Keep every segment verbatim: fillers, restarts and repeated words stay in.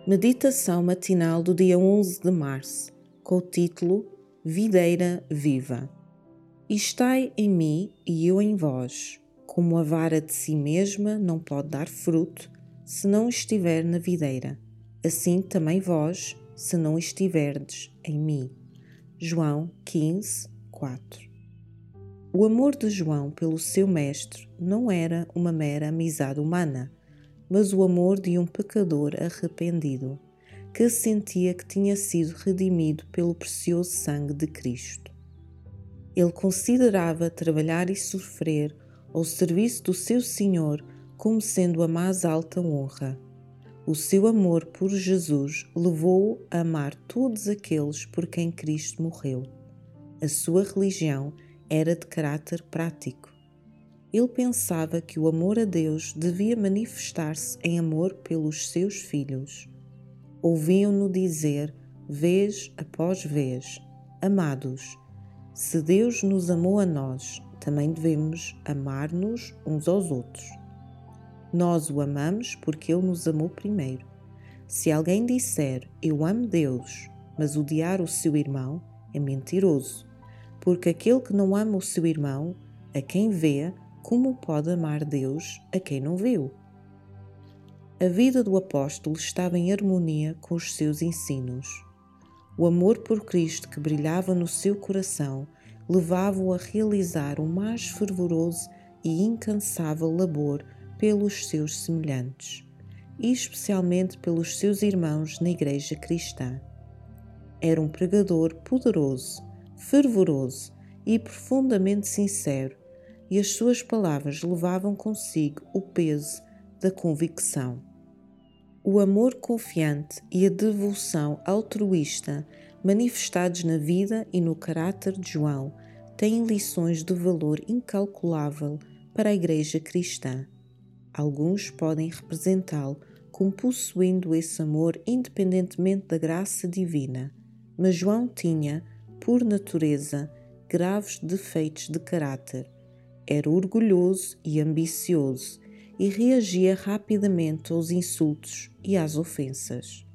Meditação matinal do dia onze de março, com o título Videira Viva. Estai em mim e eu em vós, como a vara de si mesma não pode dar fruto, se não estiver na videira, assim também vós, se não estiverdes em mim. João quinze, quatro. O amor de João pelo seu mestre não era uma mera amizade humana, mas o amor de um pecador arrependido, que sentia que tinha sido redimido pelo precioso sangue de Cristo. Ele considerava trabalhar e sofrer ao serviço do seu Senhor como sendo a mais alta honra. O seu amor por Jesus levou-o a amar todos aqueles por quem Cristo morreu. A sua religião era de caráter prático. Ele pensava que o amor a Deus devia manifestar-se em amor pelos seus filhos. Ouviam-no dizer, vez após vez, amados, se Deus nos amou a nós, também devemos amar-nos uns aos outros. Nós o amamos porque Ele nos amou primeiro. Se alguém disser, eu amo Deus, mas odiar o seu irmão, é mentiroso, porque aquele que não ama o seu irmão, a quem vê, como pode amar Deus a quem não viu? A vida do apóstolo estava em harmonia com os seus ensinos. O amor por Cristo que brilhava no seu coração levava-o a realizar o mais fervoroso e incansável labor pelos seus semelhantes, e especialmente pelos seus irmãos na Igreja Cristã. Era um pregador poderoso, fervoroso e profundamente sincero, e as suas palavras levavam consigo o peso da convicção. O amor confiante e a devoção altruísta manifestados na vida e no caráter de João têm lições de valor incalculável para a Igreja Cristã. Alguns podem representá-lo como possuindo esse amor independentemente da graça divina, mas João tinha, por natureza, graves defeitos de caráter. Era orgulhoso e ambicioso e reagia rapidamente aos insultos e às ofensas.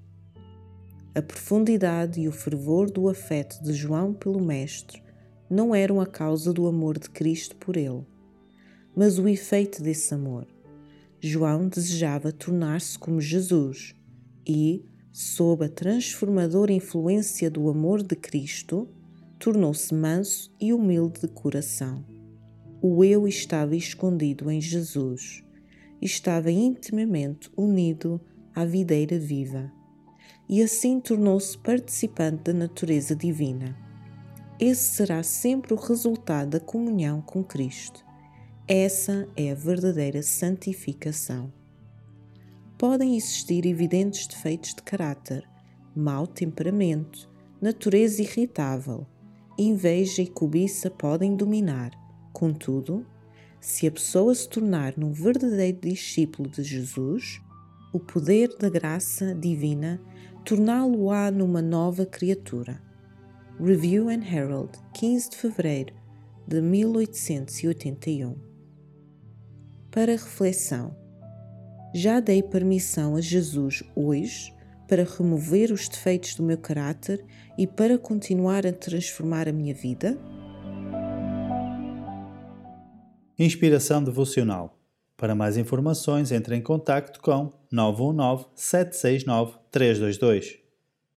A profundidade e o fervor do afeto de João pelo Mestre não eram a causa do amor de Cristo por ele, mas o efeito desse amor. João desejava tornar-se como Jesus e, sob a transformadora influência do amor de Cristo, tornou-se manso e humilde de coração. O eu estava escondido em Jesus, estava intimamente unido à videira viva, e assim tornou-se participante da natureza divina. Esse será sempre o resultado da comunhão com Cristo. Essa é a verdadeira santificação. Podem existir evidentes defeitos de caráter, mau temperamento, natureza irritável, inveja e cobiça podem dominar. Contudo, se a pessoa se tornar num verdadeiro discípulo de Jesus, o poder da graça divina torná-lo-á numa nova criatura. Review and Herald, quinze de fevereiro de mil oitocentos e oitenta e um. Para reflexão. Já dei permissão a Jesus hoje para remover os defeitos do meu caráter e para continuar a transformar a minha vida? Inspiração devocional. Para mais informações, entre em contacto com nove um nove, sete seis nove, três dois dois.